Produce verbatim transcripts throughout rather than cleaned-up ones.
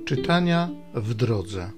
Czytania w drodze.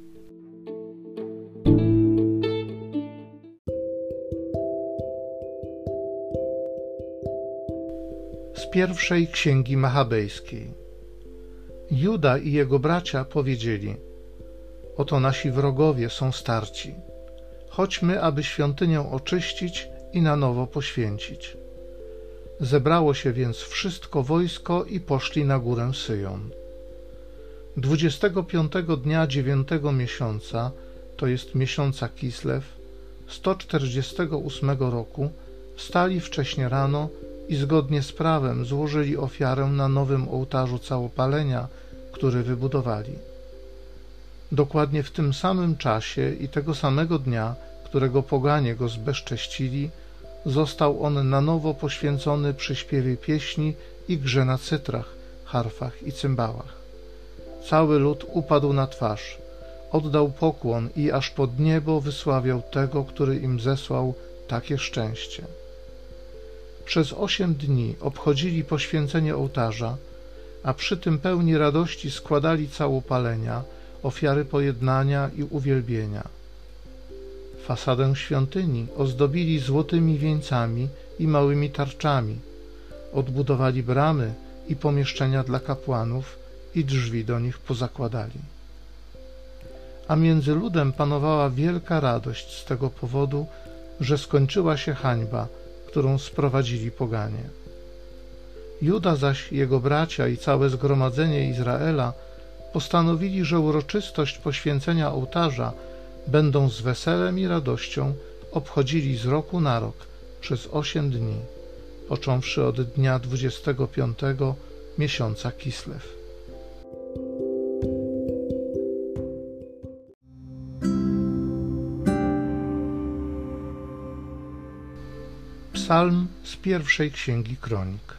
Z pierwszej księgi Machabejskiej. Juda i jego bracia powiedzieli: oto nasi wrogowie są starci. Chodźmy, aby świątynię oczyścić i na nowo poświęcić. Zebrało się więc wszystko wojsko i poszli na górę Syjon. Dwudziestego piątego dnia dziewiątego miesiąca, to jest miesiąca Kislew, sto czterdziestego ósmego roku, wstali wcześnie rano i zgodnie z prawem złożyli ofiarę na nowym ołtarzu całopalenia, który wybudowali. Dokładnie w tym samym czasie i tego samego dnia, którego poganie go zbezcześcili, został on na nowo poświęcony przy śpiewie pieśni i grze na cytrach, harfach i cymbałach. Cały lud upadł na twarz, oddał pokłon i aż pod niebo wysławiał tego, który im zesłał takie szczęście. Przez osiem dni obchodzili poświęcenie ołtarza, a przy tym pełni radości składali całopalenia, ofiary pojednania i uwielbienia. Fasadę świątyni ozdobili złotymi wieńcami i małymi tarczami, odbudowali bramy i pomieszczenia dla kapłanów i drzwi do nich pozakładali. A między ludem panowała wielka radość z tego powodu, że skończyła się hańba, którą sprowadzili poganie. Juda zaś, jego bracia i całe zgromadzenie Izraela postanowili, że uroczystość poświęcenia ołtarza będą z weselem i radością obchodzili z roku na rok przez osiem dni, począwszy od dnia dwudziestego piątego miesiąca Kislew. Psalm z pierwszej księgi Kronik.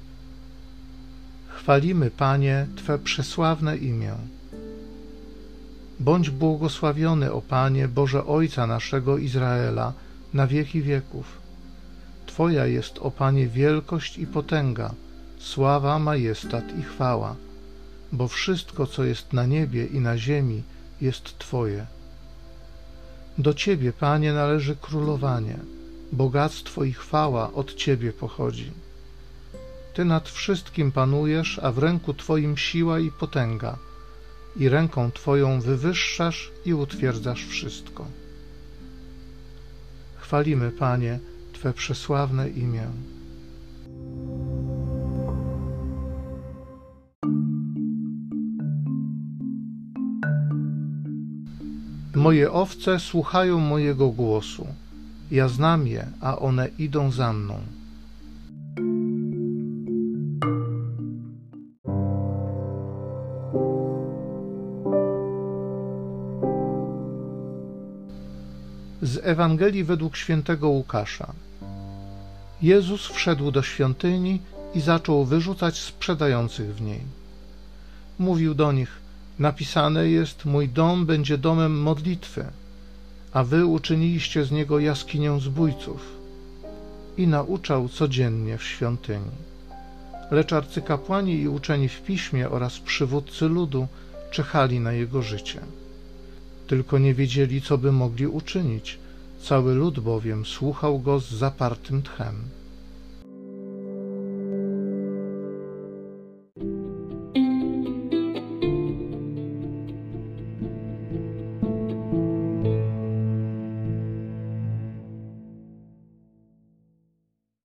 Chwalimy, Panie, Twe przesławne imię. Bądź błogosławiony, o Panie, Boże Ojca naszego Izraela, na wieki wieków. Twoja jest, o Panie, wielkość i potęga, sława, majestat i chwała, bo wszystko, co jest na niebie i na ziemi, jest Twoje. Do Ciebie, Panie, należy królowanie, bogactwo i chwała od Ciebie pochodzi. Ty nad wszystkim panujesz, a w ręku Twoim siła i potęga, i ręką Twoją wywyższasz i utwierdzasz wszystko. Chwalimy, Panie, Twe przesławne imię. Moje owce słuchają mojego głosu. Ja znam je, a one idą za mną. Z Ewangelii według świętego Łukasza. Jezus wszedł do świątyni i zaczął wyrzucać sprzedających w niej. Mówił do nich: napisane jest, mój dom będzie domem modlitwy, a wy uczyniliście z niego jaskinię zbójców. I nauczał codziennie w świątyni. Lecz arcykapłani i uczeni w piśmie oraz przywódcy ludu czekali na jego życie. Tylko nie wiedzieli, co by mogli uczynić, cały lud bowiem słuchał go z zapartym tchem.